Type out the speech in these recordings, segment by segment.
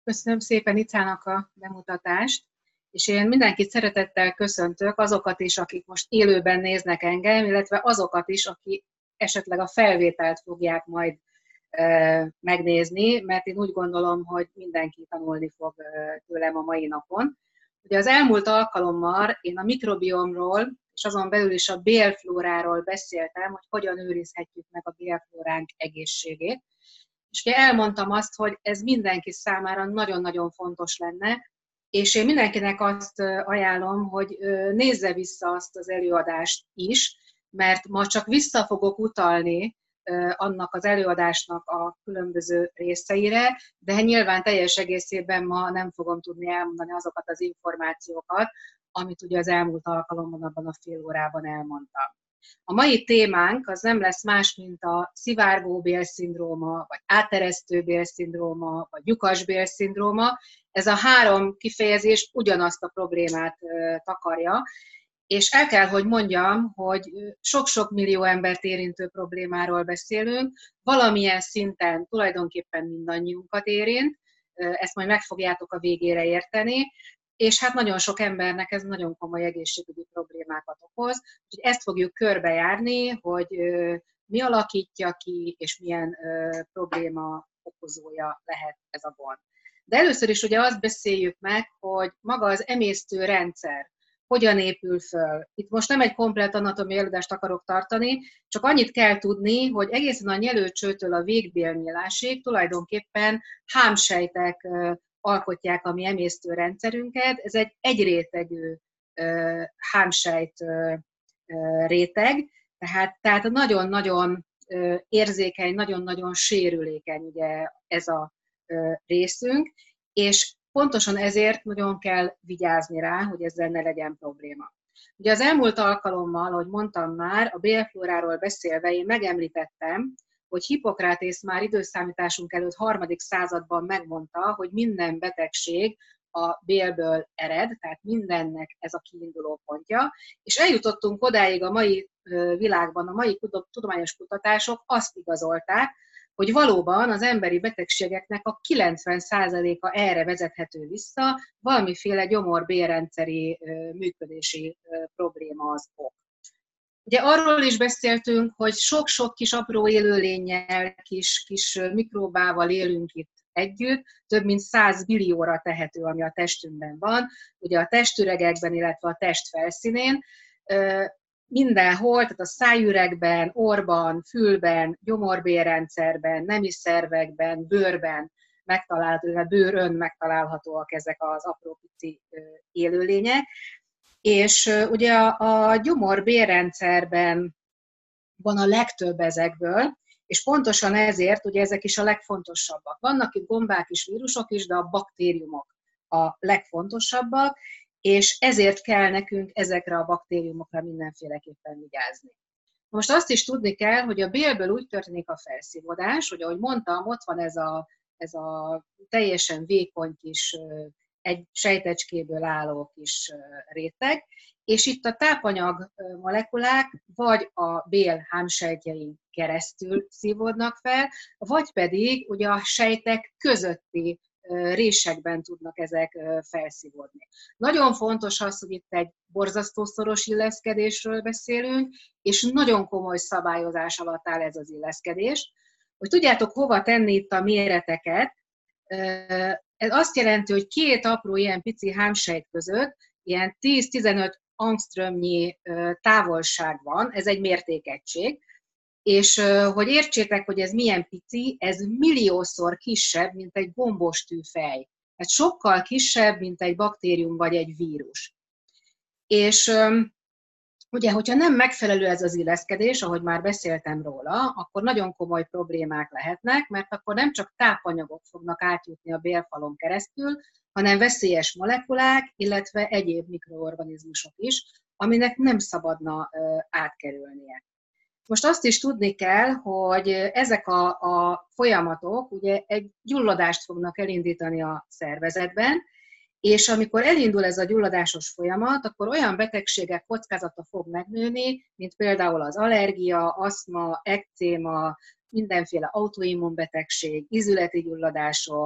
Köszönöm szépen Icának a bemutatást, és én mindenkit szeretettel köszöntök, azokat is, akik most élőben néznek engem, illetve azokat is, akik esetleg a felvételt fogják majd megnézni, mert én úgy gondolom, hogy mindenki tanulni fog tőlem a mai napon. Ugye az elmúlt alkalommal én a mikrobiomról, és azon belül is a bélflóráról beszéltem, hogy hogyan őrizhetjük meg a bélflóránk egészségét. És ugye elmondtam azt, hogy ez mindenki számára nagyon-nagyon fontos lenne, és én mindenkinek azt ajánlom, hogy nézze vissza azt az előadást is, mert ma csak vissza fogok utalni annak az előadásnak a különböző részeire, de nyilván teljes egészében ma nem fogom tudni elmondani azokat az információkat, amit ugye az elmúlt alkalommal abban a fél órában elmondtam. A mai témánk az nem lesz más, mint a szivárgó bélszindróma, vagy áteresztő bélszindróma, vagy lyukas bélszindróma. Ez a három kifejezés ugyanazt a problémát takarja, és el kell, hogy mondjam, hogy sok-sok millió embert érintő problémáról beszélünk, valamilyen szinten tulajdonképpen mindannyiunkat érint, ezt majd meg fogjátok a végére érteni, és hát nagyon sok embernek ez nagyon komoly egészségügyi problémákat okoz, úgyhogy ezt fogjuk körbejárni, hogy mi alakítja ki, és milyen probléma okozója lehet ez a gond. De először is ugye azt beszéljük meg, hogy maga az emésztőrendszer hogyan épül föl. Itt most nem egy komplett anatómiai előadást akarok tartani, csak annyit kell tudni, hogy egészen a nyelőcsőtől a végbélnyílásig tulajdonképpen hámsejtek alkotják a mi emésztőrendszerünket. Ez egy egyrétegű hámsejt réteg, tehát nagyon-nagyon érzékeny, nagyon-nagyon sérülékeny ugye ez a részünk, és pontosan ezért nagyon kell vigyázni rá, hogy ezzel ne legyen probléma. Ugye az elmúlt alkalommal, ahogy mondtam már, a bélflóráról beszélve én megemlítettem, hogy Hippokratész már időszámításunk előtt 3. században megmondta, hogy minden betegség a bélből ered, tehát mindennek ez a kiinduló pontja, és eljutottunk odáig a mai világban, a mai tudományos kutatások azt igazolták, hogy valóban az emberi betegségeknek a 90%-a erre vezethető vissza, valamiféle gyomor-bélrendszeri működési probléma az ok. Ugye arról is beszéltünk, hogy sok-sok kis apró élőlénnyel, kis mikróbával élünk itt együtt, több mint 100 billióra tehető, ami a testünkben van, ugye a testüregekben, illetve a test felszínén, mindenhol, tehát a szájüregben, orban, fülben, gyomorbélrendszerben, nemi szervekben, bőrben megtalálható, illetve bőrön megtalálhatóak ezek az apró pici élőlények. És ugye a gyomor-bélrendszerben van a legtöbb ezekből, és pontosan ezért ugye ezek is a legfontosabbak. Vannak itt gombák és vírusok is, de a baktériumok a legfontosabbak, és ezért kell nekünk ezekre a baktériumokra mindenféleképpen vigyázni. Most azt is tudni kell, hogy a bélből úgy történik a felszívódás, hogy ahogy mondtam, ott van ez a teljesen vékony kis egy sejtecskéből álló kis réteg, és itt a tápanyag molekulák vagy a bél hámsejtjein keresztül szívódnak fel, vagy pedig ugye a sejtek közötti résekben tudnak ezek felszívódni. Nagyon fontos az, hogy itt egy borzasztó szoros illeszkedésről beszélünk, és nagyon komoly szabályozás alatt áll ez az illeszkedés. Hogy tudjátok hova tenni itt a méreteket, ez azt jelenti, hogy két apró ilyen pici hámsejt között ilyen 10-15 angströmnyi távolság van, ez egy mértékegység, és hogy értsétek, hogy ez milyen pici, ez milliószor kisebb, mint egy gombostűfej. Ez sokkal kisebb, mint egy baktérium vagy egy vírus. És ugye, hogyha nem megfelelő ez az illeszkedés, ahogy már beszéltem róla, akkor nagyon komoly problémák lehetnek, mert akkor nem csak tápanyagok fognak átjutni a bélfalon keresztül, hanem veszélyes molekulák, illetve egyéb mikroorganizmusok is, aminek nem szabadna átkerülnie. Most azt is tudni kell, hogy ezek a folyamatok ugye egy gyulladást fognak elindítani a szervezetben, és amikor elindul ez a gyulladásos folyamat, akkor olyan betegségek kockázata fog megnőni, mint például az allergia, aszma, ekcéma, mindenféle autoimmunbetegség, ízületi gyulladások,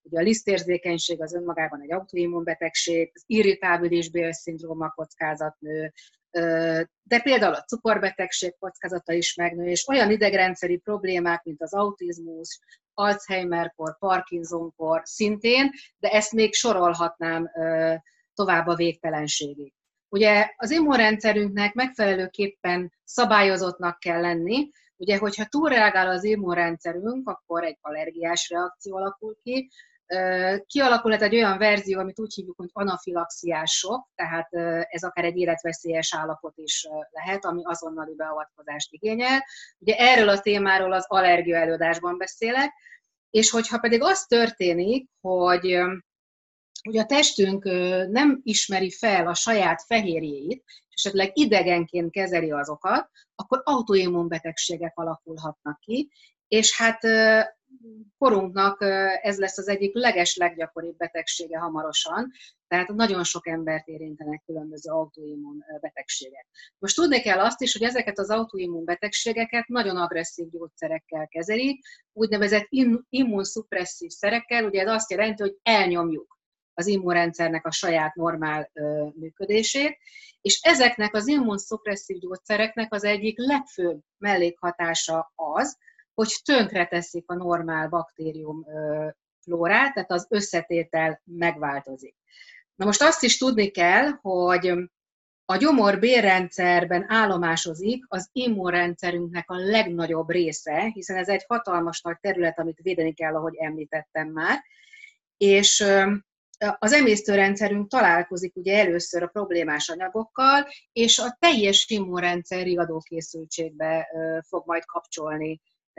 Ugye a lisztérzékenység az önmagában egy autoimmunbetegség, az irritábilis bélszindróma kockázat nő, de például a cukorbetegség kockázata is megnő, és olyan idegrendszeri problémák, mint az autizmus, Alzheimer-kor, Parkinson-kor szintén, de ezt még sorolhatnám tovább a végtelenségig. Ugye az immunrendszerünknek megfelelőképpen szabályozottnak kell lenni, ugye, hogyha túlreagál az immunrendszerünk, akkor egy allergiás reakció alakul ki, kialakulhat egy olyan verzió, amit úgy hívjuk, hogy anafilaxiás sok, tehát ez akár egy életveszélyes állapot is lehet, ami azonnali beavatkozást igényel. Ugye erről a témáról az allergia előadásban beszélek, és hogyha pedig az történik, hogy a testünk nem ismeri fel a saját fehérjéit, és esetleg idegenként kezeli azokat, akkor autoimmunbetegségek alakulhatnak ki, és hát korunknak ez lesz az egyik legesleggyakoribb betegsége hamarosan, tehát nagyon sok embert érintenek különböző autoimmun betegségek. Most tudni kell azt is, hogy ezeket az autoimmun betegségeket nagyon agresszív gyógyszerekkel kezelik, úgynevezett immunszupresszív szerekkel, ugye ez azt jelenti, hogy elnyomjuk az immunrendszernek a saját normál működését, és ezeknek az immunszupresszív gyógyszereknek az egyik legfőbb mellékhatása az, hogy tönkreteszik a normál baktérium flórát, tehát az összetétel megváltozik. Na most azt is tudni kell, hogy a gyomor-bélrendszerben állomásozik az immunrendszerünknek a legnagyobb része, hiszen ez egy hatalmas nagy terület, amit védeni kell, ahogy említettem már, és az emésztőrendszerünk találkozik ugye először a problémás anyagokkal, és a teljes immunrendszer riadókészültségbe fog majd kapcsolni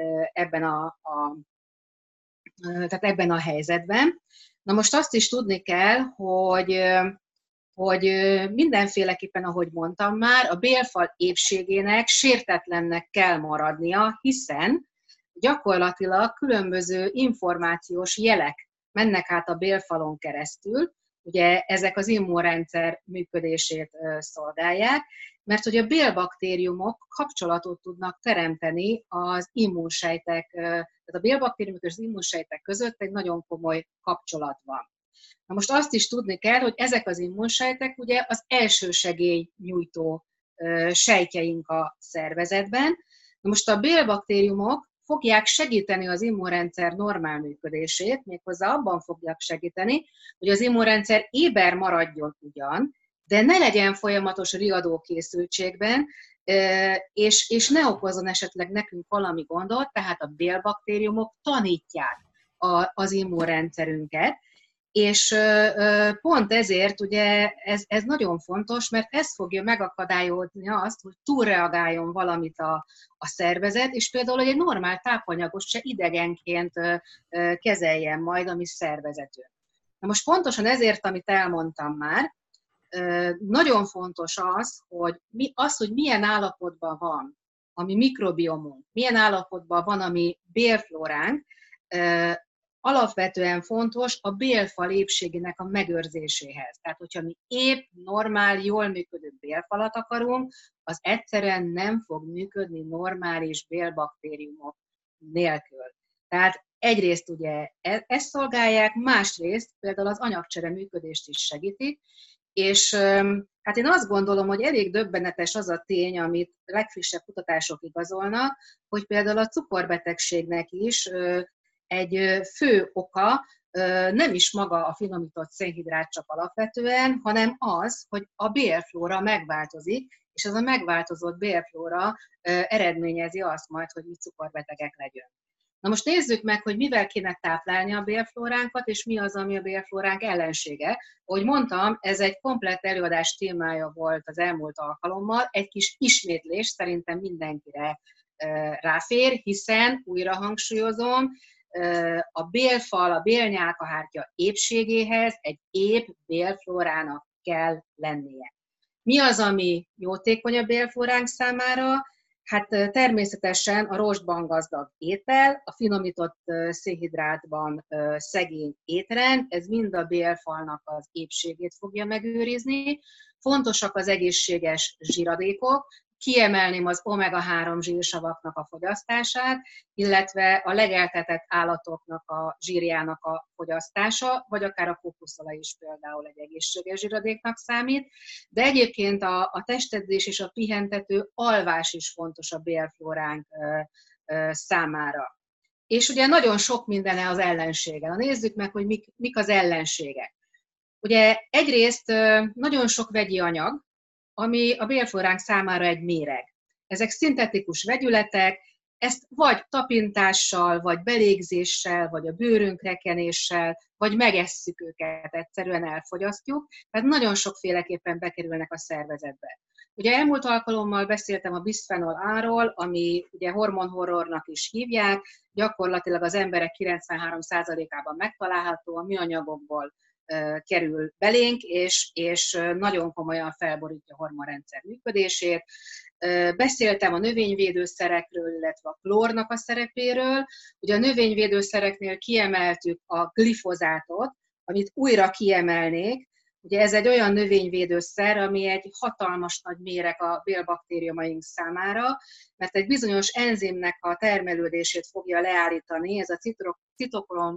tehát ebben a helyzetben. Na most azt is tudni kell, hogy mindenféleképpen, ahogy mondtam már, a bélfal épségének sértetlennek kell maradnia, hiszen gyakorlatilag különböző információs jelek mennek át a bélfalon keresztül, ugye ezek az immunrendszer működését szolgálják, mert hogy a bélbaktériumok kapcsolatot tudnak teremteni az immunsejtek, tehát a bélbaktériumok és az immunsejtek között egy nagyon komoly kapcsolat van. Na most azt is tudni kell, hogy ezek az immunsejtek ugye az elsősegélynyújtó sejtjeink a szervezetben. Na most a bélbaktériumok fogják segíteni az immunrendszer normál működését, méghozzá abban fogják segíteni, hogy az immunrendszer éber maradjon ugyan, de ne legyen folyamatos riadókészültségben, és ne okozzon esetleg nekünk valami gondot, tehát a bélbaktériumok tanítják az immunrendszerünket, és pont ezért ugye ez nagyon fontos, mert ez fogja megakadályozni azt, hogy túlreagáljon valamit a szervezet, és például hogy egy normál tápanyagot se idegenként kezeljen majd a mi szervezetünk. Na most pontosan ezért, amit elmondtam már, nagyon fontos hogy milyen állapotban van a mi mikrobiomunk, milyen állapotban van a mi bélflóránk, alapvetően fontos a bélfal épségének a megőrzéséhez. Tehát, hogyha mi épp, normál, jól működő bélfalat akarunk, az egyszerűen nem fog működni normális bélbaktériumok nélkül. Tehát egyrészt ugye ezt szolgálják, másrészt például az anyagcsere működést is segítik, és hát én azt gondolom, hogy elég döbbenetes az a tény, amit legfrissebb kutatások igazolnak, hogy például a cukorbetegségnek is egy fő oka nem is maga a finomított szénhidrát csak alapvetően, hanem az, hogy a bélflóra megváltozik, és ez a megváltozott bélflóra eredményezi azt majd, hogy mi cukorbetegek legyünk. Na most nézzük meg, hogy mivel kéne táplálni a bélflóránkat, és mi az, ami a bélflóránk ellensége. Ahogy mondtam, ez egy komplett előadás témája volt az elmúlt alkalommal, egy kis ismétlés szerintem mindenkire ráfér, hiszen, újra hangsúlyozom, a bélfal, a bélnyálkahártya épségéhez egy épp bélflórának kell lennie. Mi az, ami jótékony a bélflóránk számára? Hát természetesen a rostban gazdag étel, a finomított szénhidrátban szegény étrend, ez mind a bélfalnak az épségét fogja megőrizni. Fontosak az egészséges zsiradékok, kiemelném az omega-3 zsírsavaknak a fogyasztását, illetve a legeltetett állatoknak a zsírjának a fogyasztása, vagy akár a kókuszolaj is például egy egészséges zsíradéknak számít, de egyébként a testedzés és a pihentető alvás is fontos a bélflóránk számára. És ugye nagyon sok mindene az ellensége. Na, nézzük meg, hogy mik az ellenségek. Ugye egyrészt nagyon sok vegyi anyag, ami a bélflóránk számára egy méreg. Ezek szintetikus vegyületek, ezt vagy tapintással, vagy belégzéssel, vagy a bőrünk rekenéssel, vagy megesszük őket, egyszerűen elfogyasztjuk, tehát nagyon sokféleképpen bekerülnek a szervezetbe. Ugye elmúlt alkalommal beszéltem a bisphenol A-ról, ami ugye hormonhorrornak is hívják, gyakorlatilag az emberek 93%-ában megtalálható, a műanyagokból kerül belénk, és nagyon komolyan felborítja a hormonrendszer működését. Beszéltem a növényvédőszerekről, illetve a klórnak a szerepéről. Ugye a növényvédőszereknél kiemeltük a glifozátot, amit újra kiemelnék. Ugye ez egy olyan növényvédőszer, ami egy hatalmas nagy méreg a bélbaktériumaink számára, mert egy bizonyos enzimnek a termelődését fogja leállítani, ez a citokrom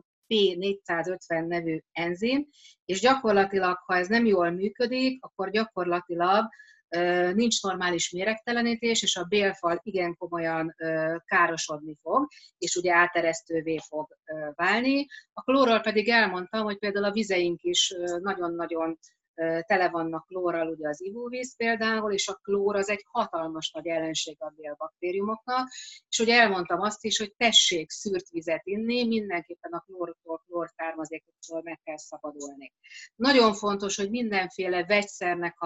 P450 nevű enzim, és gyakorlatilag, ha ez nem jól működik, akkor gyakorlatilag nincs normális méregtelenítés, és a bélfal igen komolyan károsodni fog, és ugye áteresztővé fog válni. A klórral pedig elmondtam, hogy például a vizeink is nagyon-nagyon tele vannak klórral, ugye az ivóvíz például, és a klór az egy hatalmas nagy ellenség a bélbaktériumoknak, és ugye elmondtam azt is, hogy tessék szűrt vizet inni, mindenképpen a klórtól, klórszármazékoktól meg kell szabadulni. Nagyon fontos, hogy mindenféle vegyszernek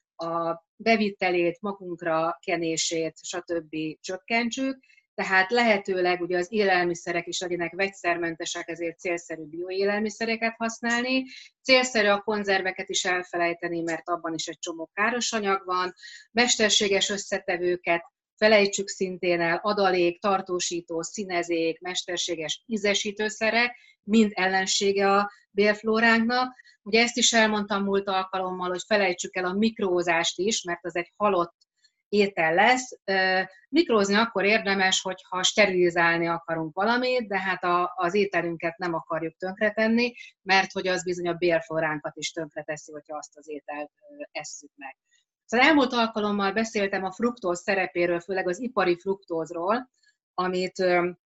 a bevitelét, magunkra kenését, stb. Csökkentsük, tehát lehetőleg ugye az élelmiszerek is legyenek vegyszermentesek, ezért célszerű bioélelmiszereket használni. Célszerű a konzerveket is elfelejteni, mert abban is egy csomó káros anyag van. Mesterséges összetevőket felejtsük szintén el, adalék, tartósító, színezék, mesterséges ízesítőszerek, mind ellensége a bélflóránknak. Ugye ezt is elmondtam múlt alkalommal, hogy felejtsük el a mikrózást is, mert az egy halott étel lesz. Mikrózni akkor érdemes, hogyha sterilizálni akarunk valamit, de hát az ételünket nem akarjuk tönkretenni, mert hogy az bizony a bélflóránkat is tönkreteszi, hogyha azt az ételt esszük meg. Szóval elmúlt alkalommal beszéltem a fruktóz szerepéről, főleg az ipari fruktózról, amit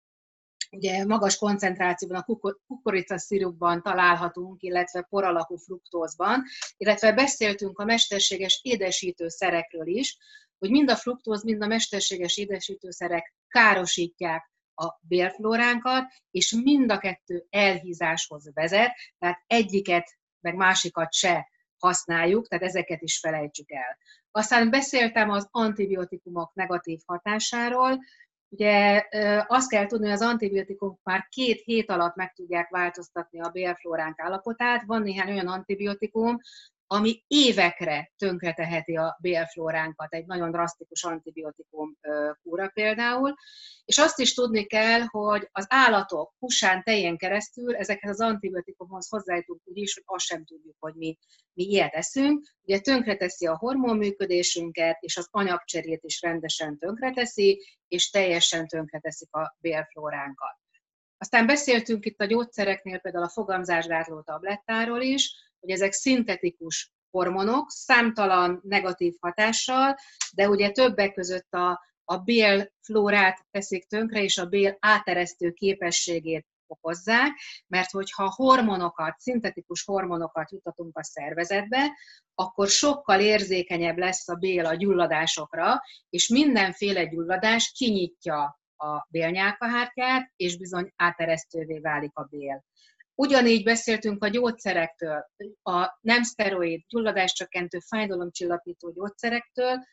ugye magas koncentrációban a kukoricaszirupban találhatunk, illetve por alakú fruktózban, illetve beszéltünk a mesterséges édesítőszerekről is, hogy mind a fruktóz, mind a mesterséges édesítőszerek károsítják a bélflóránkat, és mind a kettő elhízáshoz vezet, tehát egyiket meg másikat se használjuk, tehát ezeket is felejtsük el. Aztán beszéltem az antibiotikumok negatív hatásáról. Ugye azt kell tudni, hogy az antibiotikumok már 2 hét alatt meg tudják változtatni a bélflóránk állapotát. Van néhány olyan antibiotikum, ami évekre tönkreteheti a bélflóránkat, egy nagyon drasztikus antibiotikum kúra például. És azt is tudni kell, hogy az állatok húsán, tején keresztül ezekhez az antibiotikumhoz hozzájutunk úgy is, hogy azt sem tudjuk, hogy mi ilyet eszünk. Ugye tönkreteszi a hormonműködésünket, és az anyagcserét is rendesen tönkreteszi, és teljesen tönkreteszik a bélflóránkat. Aztán beszéltünk itt a gyógyszereknél például a fogamzásgátló tablettáról is, hogy ezek szintetikus hormonok, számtalan negatív hatással, de ugye többek között a bélflórát teszik tönkre, és a bél áteresztő képességét okozzák, mert hogyha hormonokat, szintetikus hormonokat jutatunk a szervezetbe, akkor sokkal érzékenyebb lesz a bél a gyulladásokra, és mindenféle gyulladás kinyitja a bélnyálkahártyát, és bizony áteresztővé válik a bél. Ugyanígy beszéltünk a gyógyszerektől, a nem szteroid, gyulladáscsökkentő, fájdalomcsillapító gyógyszerektől,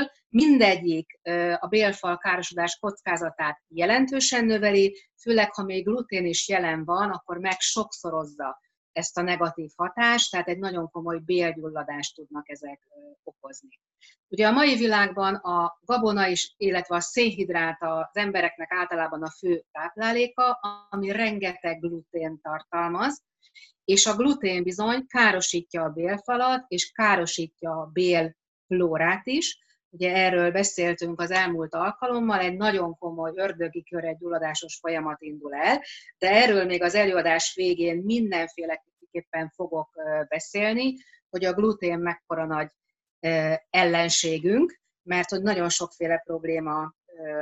mindegyik a bélfal károsodás kockázatát jelentősen növeli, főleg ha még glutén is jelen van, akkor meg sokszorozza ezt a negatív hatást, tehát egy nagyon komoly bélgyulladást tudnak ezek okozni. Ugye a mai világban a gabona is, illetve a szénhidrát az embereknek általában a fő tápláléka, ami rengeteg glutén tartalmaz, és a glutén bizony károsítja a bélfalat, és károsítja a bélflórát is, ugye erről beszéltünk az elmúlt alkalommal, egy nagyon komoly ördögi kör, egy gyulladásos folyamat indul el, de erről még az előadás végén mindenféleképpen fogok beszélni, hogy a glutén mekkora nagy ellenségünk, mert hogy nagyon sokféle probléma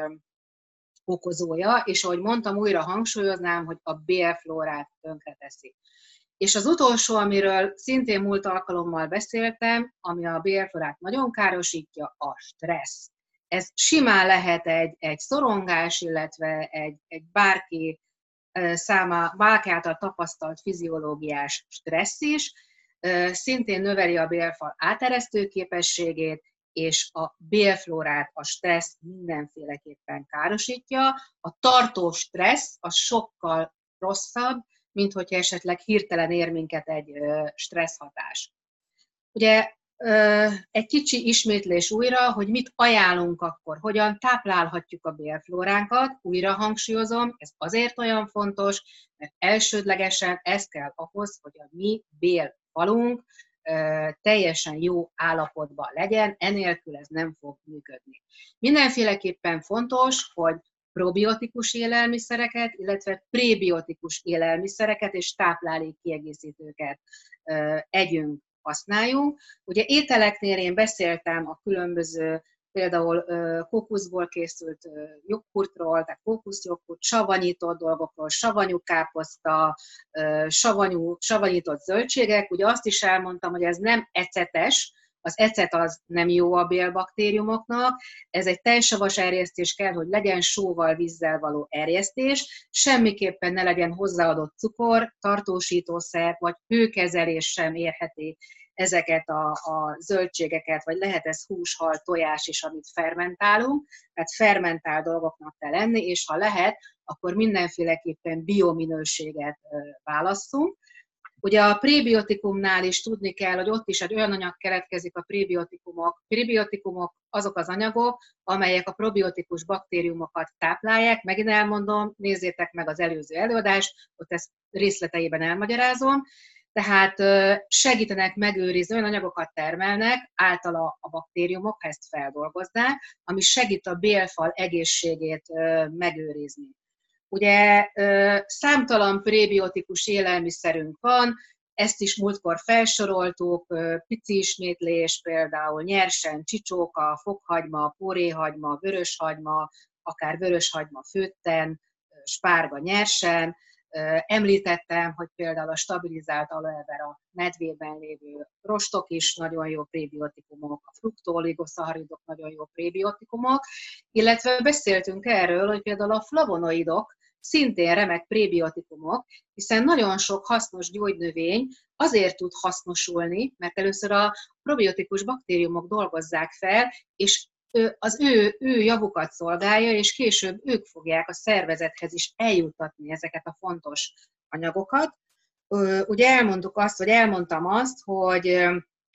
okozója, és ahogy mondtam, újra hangsúlyoznám, hogy a bélflórát tönkreteszi. És az utolsó, amiről szintén múlt alkalommal beszéltem, ami a bélflórát nagyon károsítja, a stressz. Ez simán lehet egy szorongás, illetve egy bárki által tapasztalt fiziológiás stressz is, szintén növeli a bélfal áteresztő képességét, és a bélflórát a stressz mindenféleképpen károsítja. A tartós stressz az sokkal rosszabb, mint hogyha esetleg hirtelen ér minket egy stressz hatás. Ugye egy kicsi ismétlés újra, hogy mit ajánlunk akkor, hogyan táplálhatjuk a bélflóránkat, újra hangsúlyozom, ez azért olyan fontos, mert elsődlegesen ez kell ahhoz, hogy a mi bélfalunk teljesen jó állapotban legyen, enélkül ez nem fog működni. Mindenféleképpen fontos, hogy probiotikus élelmiszereket, illetve prébiotikus élelmiszereket és táplálékkiegészítőket együnk, használjunk. Ugye ételeknél én beszéltem a különböző, például kókuszból készült joghurtról, tehát kókuszjoghurt, savanyított dolgokról, savanyú káposzta, savanyított zöldségek. Ugye azt is elmondtam, hogy ez nem ecetes, az ecet az nem jó a bélbaktériumoknak, ez egy tejsavas erjesztés kell, hogy legyen sóval, vízzel való erjesztés, semmiképpen ne legyen hozzáadott cukor, tartósítószer vagy hőkezelés sem érheti ezeket a zöldségeket, vagy lehet ez hús, hal, tojás is, amit fermentálunk, tehát fermentált dolgoknak kell lenni, és ha lehet, akkor mindenféleképpen biominőséget válasszunk. Ugye a prébiotikumnál is tudni kell, hogy ott is egy olyan anyag keletkezik a prébiotikumok. Prébiotikumok azok az anyagok, amelyek a probiotikus baktériumokat táplálják. Megint elmondom, nézzétek meg az előző előadást, ott ezt részleteiben elmagyarázom. Tehát segítenek megőrizni, olyan anyagokat termelnek általa a baktériumok, ha ezt feldolgozzák, ami segít a bélfal egészségét megőrizni. Ugye számtalan prébiotikus élelmiszerünk van, ezt is múltkor felsoroltuk, pici ismétlés, például nyersen, csicsóka, fokhagyma, póréhagyma, vöröshagyma, akár vöröshagyma főtten, spárga nyersen. Említettem, hogy például a stabilizált aloe vera medvében lévő rostok is nagyon jó prébiotikumok, a fruktooligoszacharidok nagyon jó prébiotikumok, illetve beszéltünk erről, hogy például a flavonoidok szintén remek prébiotikumok, hiszen nagyon sok hasznos gyógynövény azért tud hasznosulni, mert először a probiotikus baktériumok dolgozzák fel, és az ő javukat szolgálja, és később ők fogják a szervezethez is eljuttatni ezeket a fontos anyagokat. Ugye elmondtam azt, hogy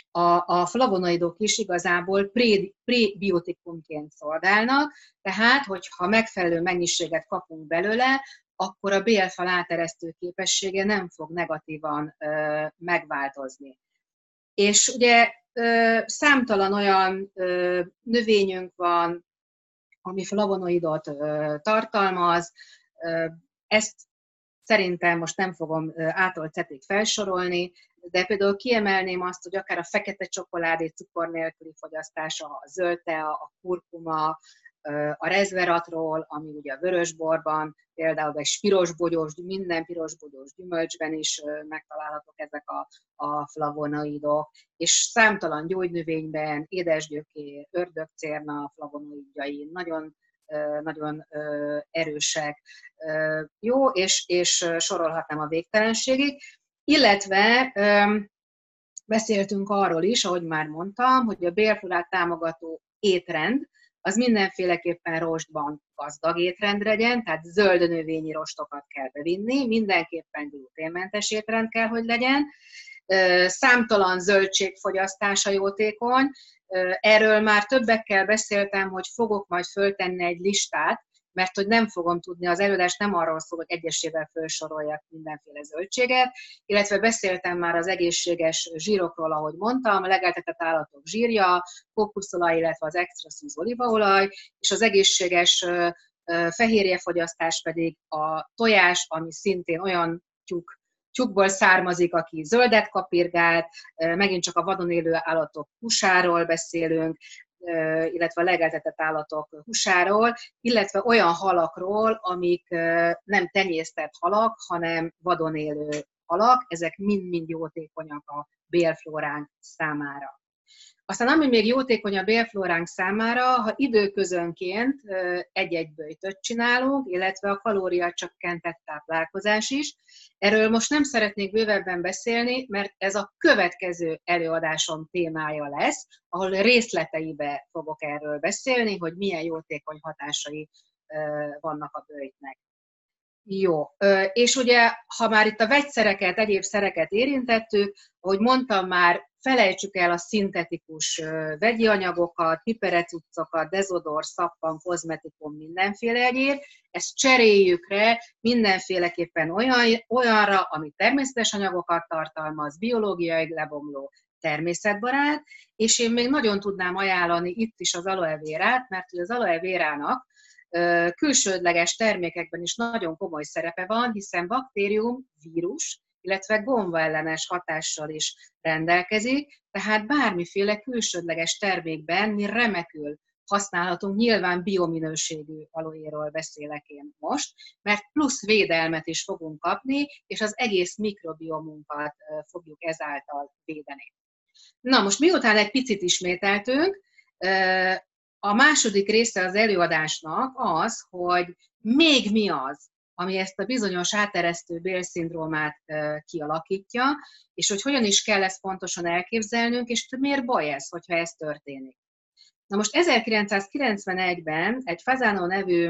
a flavonoidok is igazából prébiotikumként szolgálnak, tehát, hogyha megfelelő mennyiséget kapunk belőle, akkor a bélfal áteresztő képessége nem fog negatívan megváltozni. És ugye számtalan olyan növényünk van, ami flavonoidot tartalmaz. Ezt szerintem most nem fogom A-tól Z-ig felsorolni, de például kiemelném azt, hogy akár a fekete csokoládé cukor nélküli fogyasztása, a zöld tea, a kurkuma, a resveratrol, ami ugye a vörösborban, például egy pirosbogyós, minden pirosbogyós gyümölcsben is megtalálhatók ezek a flavonoidok, és számtalan gyógynövényben, édesgyökér, ördögcérna flavonoidjai nagyon erősek. Jó, és sorolhatnám a végtelenségig. Illetve beszéltünk arról is, ahogy már mondtam, hogy a bélflórát támogató étrend, az mindenféleképpen rostban gazdag étrend legyen, tehát zöld növényi rostokat kell bevinni, mindenképpen gluténmentes étrend kell, hogy legyen. Számtalan zöldség fogyasztása jótékony. Erről már többekkel beszéltem, hogy fogok majd föltenni egy listát, mert hogy nem fogom tudni, az előadás nem arról szól, hogy egyesével felsoroljak mindenféle zöldséget, illetve beszéltem már az egészséges zsírokról, ahogy mondtam, a legeltetett állatok zsírja, kókuszolaj, illetve az extra szűz olívaolaj, és az egészséges fehérjefogyasztás pedig a tojás, ami szintén olyan tyúkból származik, aki zöldet kapirgált, megint csak a vadon élő állatok húsáról beszélünk, illetve a legeltetett állatok húsáról, illetve olyan halakról, amik nem tenyésztett halak, hanem vadon élő halak, ezek mind-mind jótékonyak a bélflóránk számára. Aztán ami még jótékony a bélflóránk számára, ha időközönként egy-egy böjtöt csinálunk, illetve a kalóriacsökkentett táplálkozás is. Erről most nem szeretnék bővebben beszélni, mert ez a következő előadásom témája lesz, ahol részleteibe fogok erről beszélni, hogy milyen jótékony hatásai vannak a böjtnek. Jó, és ugye, ha már itt a vegyszereket, egyéb szereket érintettük, ahogy mondtam már, felejtsük el a szintetikus vegyi anyagokat, piperecucokat, dezodor, szappan, kozmetikum, mindenféle egyéb, ezt cseréljük rá mindenféleképpen olyanra, ami természetes anyagokat tartalmaz, biológiai lebomló, természetbarát, és én még nagyon tudnám ajánlani itt is az aloe vérát, mert az aloe vérának külsődleges termékekben is nagyon komoly szerepe van, hiszen baktérium, vírus, illetve gombaellenes hatással is rendelkezik, tehát bármiféle külsődleges termékben mi remekül használhatunk, nyilván biominőségű aloéról beszélek én most, mert plusz védelmet is fogunk kapni, és az egész mikrobiomunkat fogjuk ezáltal védeni. Na most miután egy picit ismételtünk, a második része az előadásnak az, hogy még mi az, ami ezt a bizonyos áteresztő bélszindrómát kialakítja, és hogy hogyan is kell ezt pontosan elképzelnünk, és miért baj ez, hogyha ez történik. Na most 1991-ben egy Fasano nevű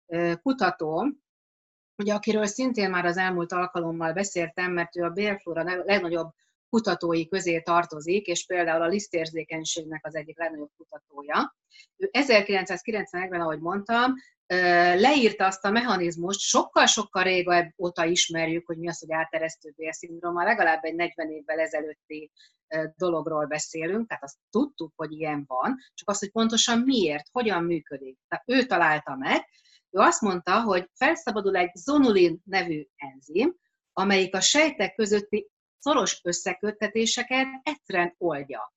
kutató, ugye, akiről szintén már az elmúlt alkalommal beszéltem, mert ő a bélflóra legnagyobb kutatói közé tartozik, és például a lisztérzékenységnek az egyik legnagyobb kutatója. Ő 1991-ben, ahogy mondtam, leírta azt a mechanizmust, sokkal-sokkal régóta ismerjük, hogy mi az, hogy áteresztő bélszindróma, legalább egy 40 évvel ezelőtti dologról beszélünk, tehát azt tudtuk, hogy ilyen van, csak azt, hogy pontosan miért, hogyan működik. Tehát ő találta meg, ő azt mondta, hogy felszabadul egy zonulin nevű enzim, amelyik a sejtek közötti szoros összeköttetéseket egyszerűen oldja.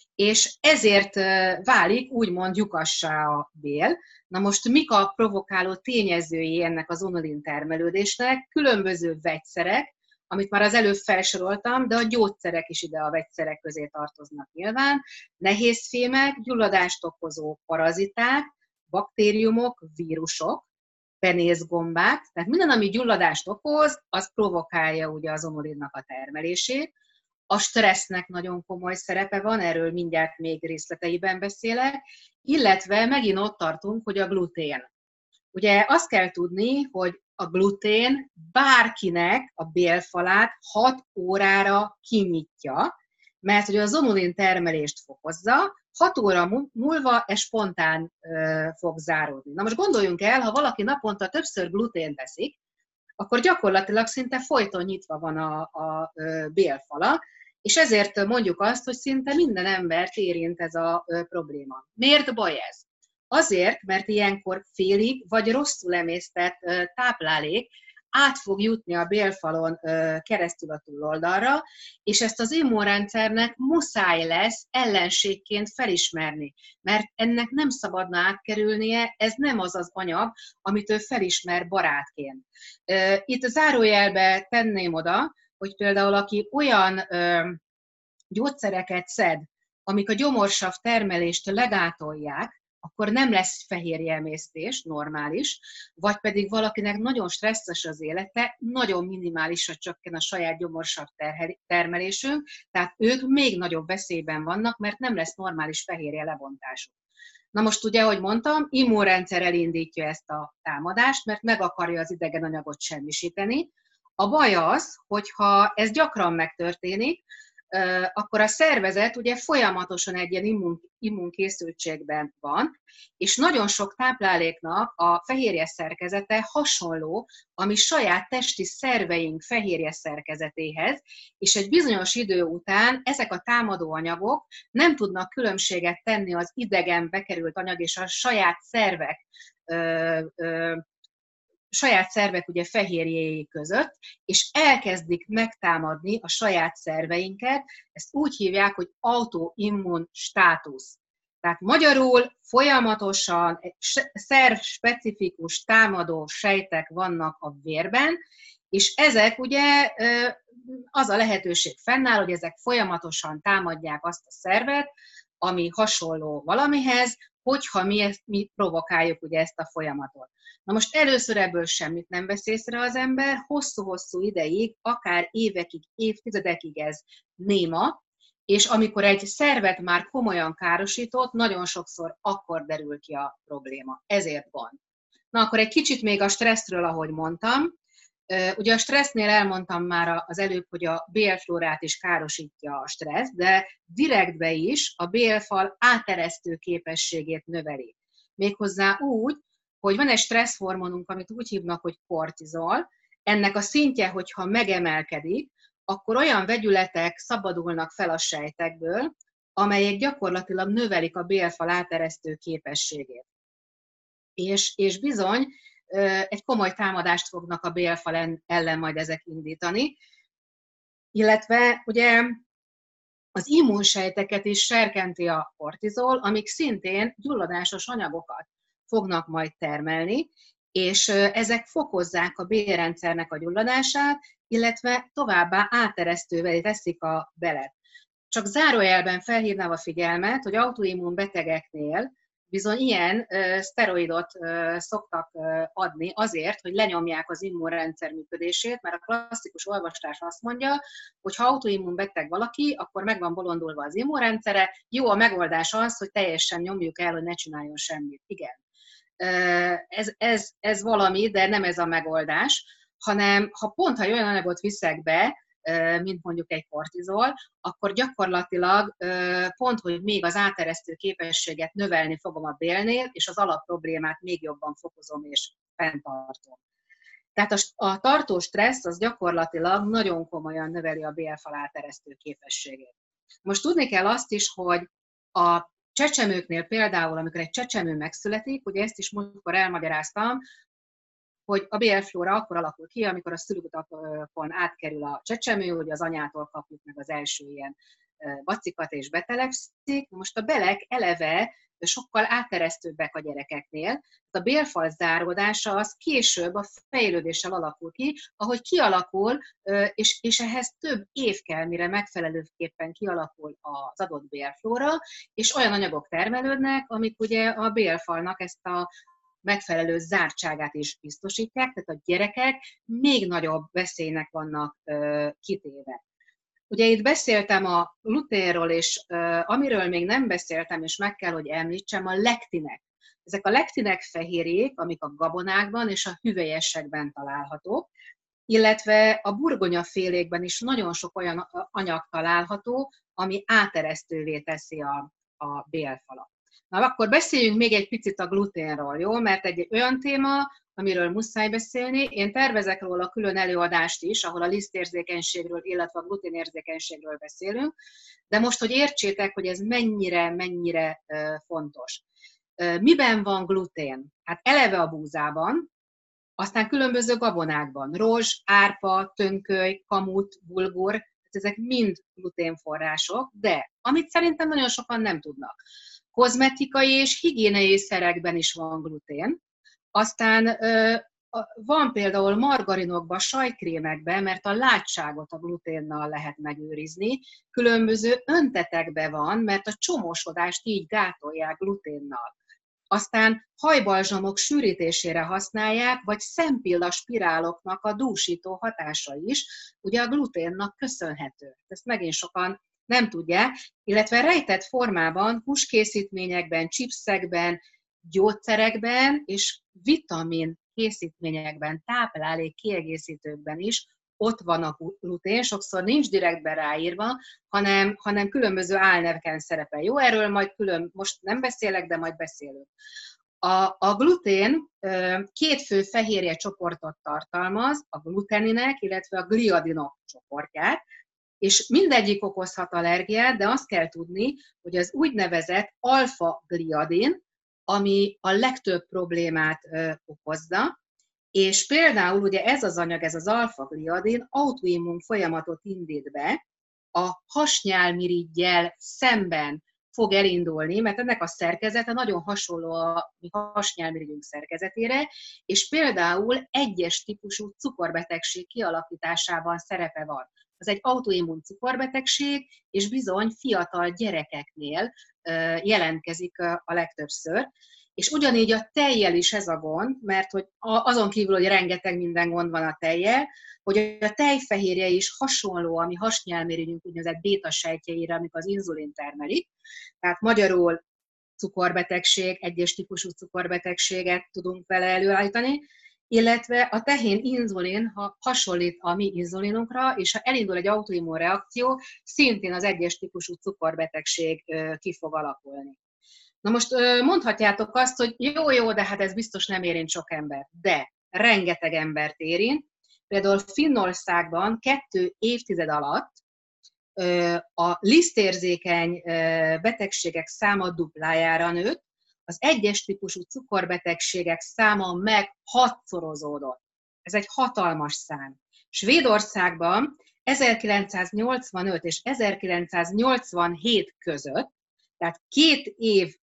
És ezért válik úgymond lyukassá a bél. Na most mik a provokáló tényezői ennek a zonulin termelődésnek? Különböző vegyszerek, amit már az előbb felsoroltam, de a gyógyszerek is ide a vegyszerek közé tartoznak nyilván, nehézfémek, gyulladást okozó paraziták, baktériumok, vírusok, penészgombák, tehát minden, ami gyulladást okoz, az provokálja ugye a zonulinnak a termelését. A stressznek nagyon komoly szerepe van, erről mindjárt még részleteiben beszélek, illetve megint ott tartunk, hogy a glutén. Ugye azt kell tudni, hogy a glutén bárkinek a bélfalát 6 órára kinyitja, mert ugye a zonulin termelést fokozza, 6 óra múlva ez spontán fog záródni. Na most gondoljunk el, ha valaki naponta többször glutént eszik, akkor gyakorlatilag szinte folyton nyitva van a bélfala, és ezért mondjuk azt, hogy szinte minden embert érint ez a probléma. Miért baj ez? Azért, mert ilyenkor félig vagy rosszul emésztett táplálék át fog jutni a bélfalon keresztül a túloldalra, és ezt az immunrendszernek muszáj lesz ellenségként felismerni, mert ennek nem szabadna átkerülnie, ez nem az az anyag, amit ő felismer barátként. Itt a zárójelbe tenném oda, hogy például aki olyan gyógyszereket szed, amik a gyomorsav termelést legátolják, akkor nem lesz fehérjeemésztés, normális, vagy pedig valakinek nagyon stresszes az élete, nagyon minimálisra csökken a saját gyomorsav termelésünk, tehát ők még nagyobb veszélyben vannak, mert nem lesz normális fehérje lebontásuk. Na most ugye, ahogy mondtam, immunrendszer elindítja ezt a támadást, mert meg akarja az idegen anyagot semmisíteni. A baj az, hogyha ez gyakran megtörténik, akkor a szervezet ugye folyamatosan egy ilyen immunkészültségben van, és nagyon sok tápláléknak a fehérje szerkezete hasonló a mi saját testi szerveink fehérje szerkezetéhez, és egy bizonyos idő után ezek a támadó anyagok nem tudnak különbséget tenni az idegen bekerült anyag és a saját szervek ugye fehérjéi között, és elkezdik megtámadni a saját szerveinket, ezt úgy hívják, hogy autoimmun státusz. Tehát magyarul folyamatosan szerv-specifikus támadó sejtek vannak a vérben, és ezek ugye az a lehetőség fennáll, hogy ezek folyamatosan támadják azt a szervet, ami hasonló valamihez, hogyha mi provokáljuk ugye ezt a folyamatot. Na most először ebből semmit nem vesz észre az ember, hosszú-hosszú ideig, akár évekig, évtizedekig ez néma, és amikor egy szervet már komolyan károsított, nagyon sokszor akkor derül ki a probléma. Ezért van. Na akkor egy kicsit még a stresszről, ahogy mondtam. Ugye a stressznél elmondtam már az előbb, hogy a bélflórát is károsítja a stressz, de direktbe is a bélfal áteresztő képességét növeli. Méghozzá úgy, hogy van egy stresszhormonunk, amit úgy hívnak, hogy kortizol. Ennek a szintje, hogyha megemelkedik, akkor olyan vegyületek szabadulnak fel a sejtekből, amelyek gyakorlatilag növelik a bélfal áteresztő képességét. És bizony, egy komoly támadást fognak a bélfal ellen majd ezek indítani, illetve ugye az immunsejteket is serkenti a kortizol, amik szintén gyulladásos anyagokat fognak majd termelni, és ezek fokozzák a bélrendszernek a gyulladását, illetve továbbá áteresztővé teszik a belet. Csak zárójelben felhívnám a figyelmet, hogy autoimmun betegeknél bizony ilyen szteroidot szoktak adni azért, hogy lenyomják az immunrendszer működését, mert a klasszikus olvasás azt mondja, hogy ha autoimmun beteg valaki, akkor meg van bolondulva az immunrendszere, jó, a megoldás az, hogy teljesen nyomjuk el, hogy ne csináljon semmit. Igen. Ez valami, de nem ez a megoldás, hanem ha egy olyan anyagot viszek be, mint mondjuk egy kortizol, akkor gyakorlatilag pont, hogy még az áteresztő képességet növelni fogom a bélnél, és az alapproblémát még jobban fokozom és fenntartom. Tehát a tartó stressz az gyakorlatilag nagyon komolyan növeli a bélfal áteresztő képességét. Most tudni kell azt is, hogy a csecsemőknél például, amikor egy csecsemő megszületik, ugye ezt is múltkor elmagyaráztam, hogy a bélflóra akkor alakul ki, amikor a szülőutakon átkerül a csecsemő, hogy az anyától kapjuk meg az első ilyen bacikat és betelepszik. Most a belek eleve sokkal áteresztőbbek a gyerekeknél. A bélfal záródása az később a fejlődéssel alakul ki, ahogy kialakul, és ehhez több év kell, mire megfelelőképpen kialakul az adott bélflóra, és olyan anyagok termelődnek, amik ugye a bélfalnak ezt a megfelelő zártságát is biztosítják, tehát a gyerekek még nagyobb veszélynek vannak kitéve. Ugye itt beszéltem a gluténról, és amiről még nem beszéltem, és meg kell, hogy említsem, a lektinek. Ezek a lektinek fehérjék, amik a gabonákban és a hüvelyesekben találhatók, illetve a burgonyafélékben is nagyon sok olyan anyag található, ami áteresztővé teszi a bélfalat. Na, akkor beszéljünk még egy picit a gluténról, jó? Mert egy olyan téma, amiről muszáj beszélni. Én tervezek róla külön előadást is, ahol a lisztérzékenységről, illetve a gluténérzékenységről beszélünk, de most, hogy értsétek, hogy ez mennyire fontos. Miben van glutén? Hát eleve a búzában, aztán különböző gabonákban, rozs, árpa, tönköly, kamut, bulgur, ezek mind gluténforrások, de amit szerintem nagyon sokan nem tudnak. Kozmetikai és higiéniai szerekben is van glutén. Aztán van például margarinokban, sajtkrémekben, mert a látságot a gluténnal lehet megőrizni. Különböző öntetekben van, mert a csomosodást így gátolják gluténnal. Aztán hajbalzsamok sűrítésére használják, vagy szempilla spiráloknak a dúsító hatása is, ugye a gluténnak köszönhető. Ezt megint sokan nem tudják, illetve rejtett formában, húskészítményekben, chipsekben, gyógyszerekben és vitamin készítményekben, táplálék kiegészítőkben is ott van a glutén, sokszor nincs direktben ráírva, hanem különböző álneveken szerepel. Jó, erről majd most nem beszélek, de majd beszélünk. A glutén két fő fehérje csoportot tartalmaz, a gluteninek, illetve a gliadinok csoportját, és mindegyik okozhat allergiát, de azt kell tudni, hogy az úgynevezett alfa-gliadin, ami a legtöbb problémát okozza, és például ugye ez az anyag, ez az alfa-gliadin autoimmun folyamatot indít be, a hasnyálmiriggyel szemben fog elindulni, mert ennek a szerkezete nagyon hasonló a mi hasnyálmirigyünk szerkezetére, és például egyes típusú cukorbetegség kialakításában szerepe van. Az egy autoimmun cukorbetegség, és bizony fiatal gyerekeknél jelentkezik a legtöbbször. És ugyanígy a tejjel is ez a gond, mert hogy azon kívül, hogy rengeteg minden gond van a tejjel, hogy a tejfehérje is hasonló a mi hasnyálmirigyünk úgynevezett béta-sejtjeire, amik az inzulin termelik. Tehát magyarul cukorbetegség, egyes típusú cukorbetegséget tudunk vele előállítani, illetve a tehén inzulin, ha hasonlít a mi inzulinunkra, és ha elindul egy autoimmun reakció, szintén az egyes típusú cukorbetegség ki fog alakulni. Na most mondhatjátok azt, hogy jó, de hát ez biztos nem érint sok embert. De rengeteg embert érint. Például Finnországban 2 évtized alatt a lisztérzékeny betegségek száma duplájára nőtt, az egyes típusú cukorbetegségek száma meg 6-szorozódott. Ez egy hatalmas szám. Svédországban 1985 és 1987 között, tehát 2 év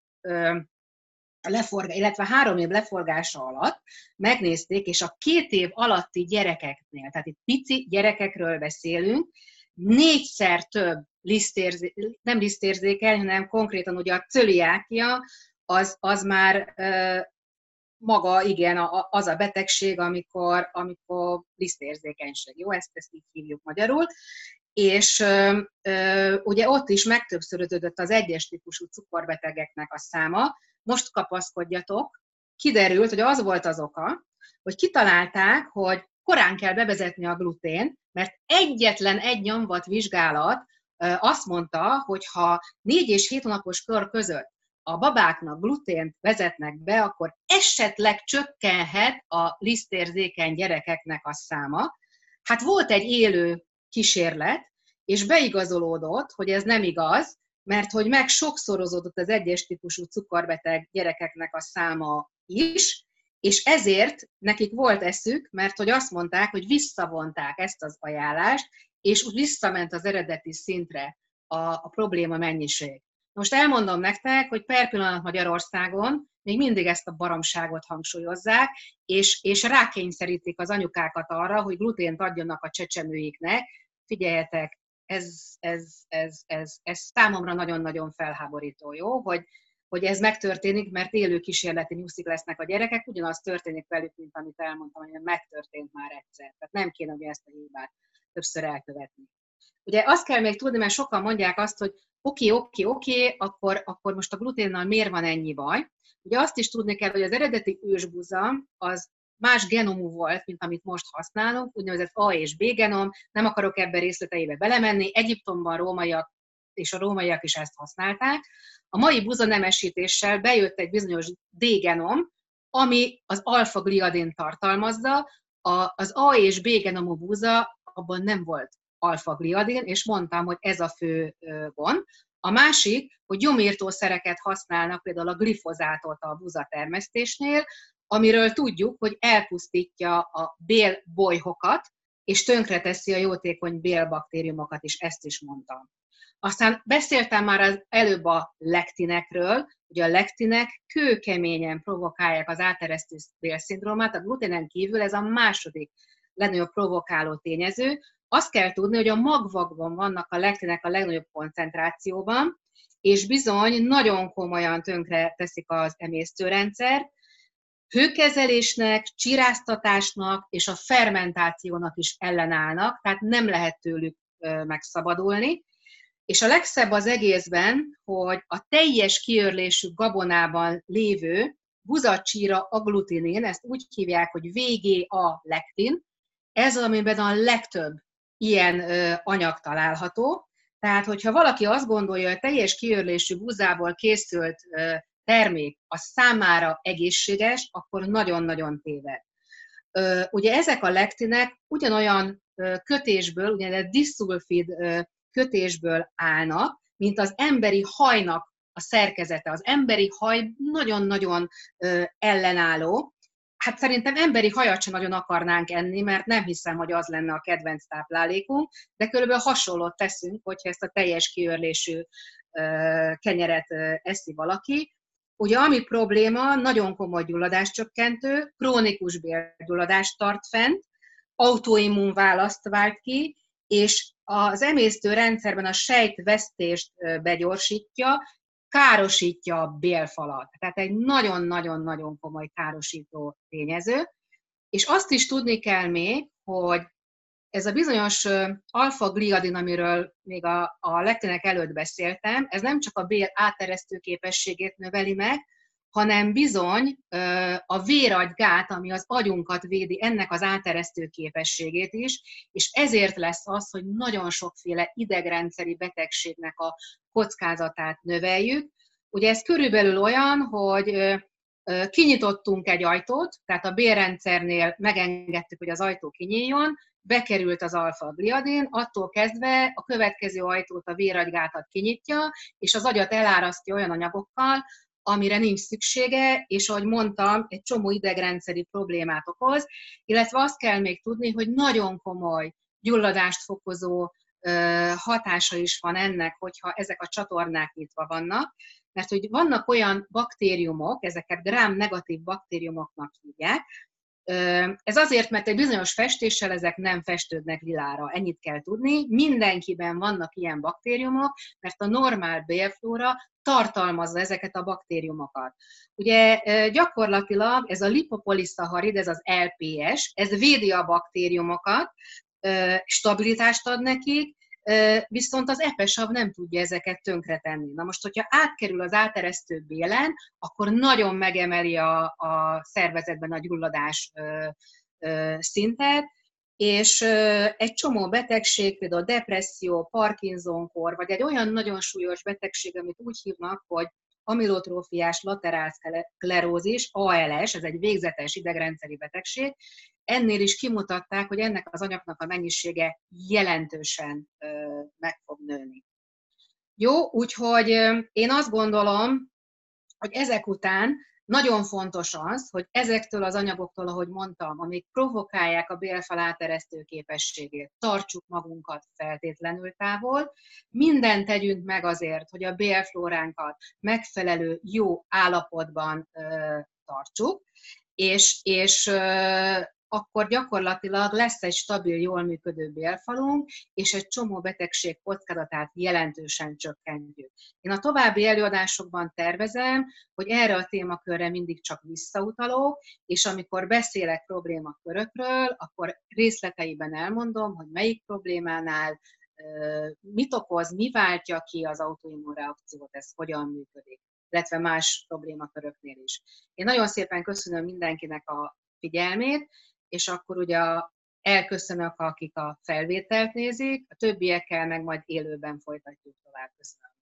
illetve 3 év leforgása alatt megnézték, és a 2 év alatti gyerekeknél, tehát itt pici gyerekekről beszélünk, 4-szer több nem lisztérzékeny, hanem konkrétan ugye a cöliákia, az már maga, igen, az a betegség, amikor lisztérzékenység. Jó, ezt így hívjuk magyarul. És ugye ott is megtöbbszöröződött az egyes típusú cukorbetegeknek a száma. Most kapaszkodjatok, kiderült, hogy az volt az oka, hogy kitalálták, hogy korán kell bevezetni a glutén, mert egyetlen egy nyomvat vizsgálat azt mondta, hogy ha 4 és 7 hónapos kor között a babáknak glutént vezetnek be, akkor esetleg csökkenhet a lisztérzékeny gyerekeknek a száma. Hát volt egy élő kísérlet, és beigazolódott, hogy ez nem igaz, mert hogy meg sokszorozódott az egyes típusú cukorbeteg gyerekeknek a száma is, és ezért nekik volt eszük, mert hogy azt mondták, hogy visszavonták ezt az ajánlást, és úgy visszament az eredeti szintre a probléma mennyiség. Most elmondom nektek, hogy per pillanat Magyarországon még mindig ezt a baromságot hangsúlyozzák, és rákényszerítik az anyukákat arra, hogy glutént adjanak a csecsemőiknek. Figyeljetek, ez számomra nagyon-nagyon felháborító, jó? Hogy ez megtörténik, mert élő kísérleti nyuszik lesznek a gyerekek, ugyanaz történik velük, mint amit elmondtam, hogy megtörtént már egyszer. Tehát nem kéne ugye ezt a hibát többször elkövetni. Ugye azt kell még tudni, mert sokan mondják azt, hogy oké, akkor most a gluténnal miért van ennyi baj? Ugye azt is tudni kell, hogy az eredeti ősbuza az más genomú volt, mint amit most használunk, úgynevezett A és B genom, nem akarok ebben részleteibe belemenni, Egyiptomban a rómaiak is ezt használták. A mai buzanemesítéssel bejött egy bizonyos D-genom, ami az alfa-gliadin tartalmazza, az A és B genomú buza, abban nem volt alfa-gliadin, és mondtam, hogy ez a fő gond. A másik, hogy gyomírtószereket használnak, például a glifozátot a buzatermesztésnél, amiről tudjuk, hogy elpusztítja a bélbolyhokat, és tönkreteszi a jótékony bélbaktériumokat is, ezt is mondtam. Aztán beszéltem már előbb a lektinekről, hogy a lektinek kőkeményen provokálják az áteresztő bélszindrómát, a gluténen kívül ez a második legnagyobb provokáló tényező. Azt kell tudni, hogy a magvakban vannak a lektinek a legnagyobb koncentrációban, és bizony nagyon komolyan tönkre teszik az emésztőrendszert. Hőkezelésnek, csiráztatásnak és a fermentációnak is ellenállnak, tehát nem lehet tőlük megszabadulni. És a legszebb az egészben, hogy a teljes kiörlésű gabonában lévő buzacsíra agglutinin, ezt úgy hívják, hogy VGA lektin, Ez, amiben a legtöbb ilyen anyag található. Tehát, hogyha valaki azt gondolja, hogy teljes kiőrlésű búzából készült termék a számára egészséges, akkor nagyon-nagyon téved. Ugye ezek a lektinek ugyanolyan kötésből, ugye diszulfid kötésből állnak, mint az emberi hajnak a szerkezete. Az emberi haj nagyon-nagyon ellenálló. Hát szerintem emberi hajat sem nagyon akarnánk enni, mert nem hiszem, hogy az lenne a kedvenc táplálékunk, de körülbelül hasonlót teszünk, hogyha ezt a teljes kiőrlésű kenyeret eszi valaki. Ugye ami probléma, nagyon komoly gyulladáscsökkentő, krónikus bélgyulladást tart fent, autoimmun választ vált ki, és az emésztőrendszerben a sejtvesztést begyorsítja, károsítja a bélfalat. Tehát egy nagyon-nagyon-nagyon komoly károsító tényező. És azt is tudni kell még, hogy ez a bizonyos alfa-gliadin, amiről még a lektinek előtt beszéltem, ez nem csak a bél áteresztő képességét növeli meg, hanem bizony a véragygát, ami az agyunkat védi, ennek az áteresztő képességét is, és ezért lesz az, hogy nagyon sokféle idegrendszeri betegségnek a kockázatát növeljük. Ugye ez körülbelül olyan, hogy kinyitottunk egy ajtót, tehát a bélrendszernél megengedtük, hogy az ajtó kinyíljon, bekerült az alfa-gliadin, attól kezdve a következő ajtót, a véragygátat kinyitja, és az agyat elárasztja olyan anyagokkal, amire nincs szüksége, és ahogy mondtam, egy csomó idegrendszeri problémát okoz, illetve azt kell még tudni, hogy nagyon komoly gyulladást fokozó hatása is van ennek, hogyha ezek a csatornák nyitva vannak, mert hogy vannak olyan baktériumok, ezeket gram-negatív baktériumoknak hívják. Ez azért, mert egy bizonyos festéssel ezek nem festődnek lilára, ennyit kell tudni. Mindenkiben vannak ilyen baktériumok, mert a normál bélflóra tartalmazza ezeket a baktériumokat. Ugye gyakorlatilag ez a lipopoliszaharid, ez az LPS, ez védi a baktériumokat, stabilitást ad nekik, viszont az epesav nem tudja ezeket tönkretenni. Na most, hogyha átkerül az áteresztő bélen, akkor nagyon megemeli a szervezetben a gyulladás szintet, és egy csomó betegség, például depresszió, Parkinson-kor, vagy egy olyan nagyon súlyos betegség, amit úgy hívnak, hogy amilotrófiás laterál szklerózis, ALS, ez egy végzetes idegrendszeri betegség, ennél is kimutatták, hogy ennek az anyagnak a mennyisége jelentősen meg fog nőni. Jó, úgyhogy én azt gondolom, hogy ezek után nagyon fontos az, hogy ezektől az anyagoktól, ahogy mondtam, amik provokálják a bélfal áteresztő képességét, tartsuk magunkat feltétlenül távol, mindent tegyünk meg azért, hogy a bélflóránkat megfelelő, jó állapotban tartsuk, és akkor gyakorlatilag lesz egy stabil, jól működő bélfalunk, és egy csomó betegség kockázatát jelentősen csökkentjük. Én a további előadásokban tervezem, hogy erre a témakörre mindig csak visszautalok, és amikor beszélek problémakörökről, akkor részleteiben elmondom, hogy melyik problémánál mit okoz, mi váltja ki az autoimmunreakciót, ez hogyan működik, illetve más problémaköröknél is. Én nagyon szépen köszönöm mindenkinek a figyelmét, és akkor ugye elköszönök, akik a felvételt nézik, a többiekkel meg majd élőben folytatjuk tovább. Köszönöm.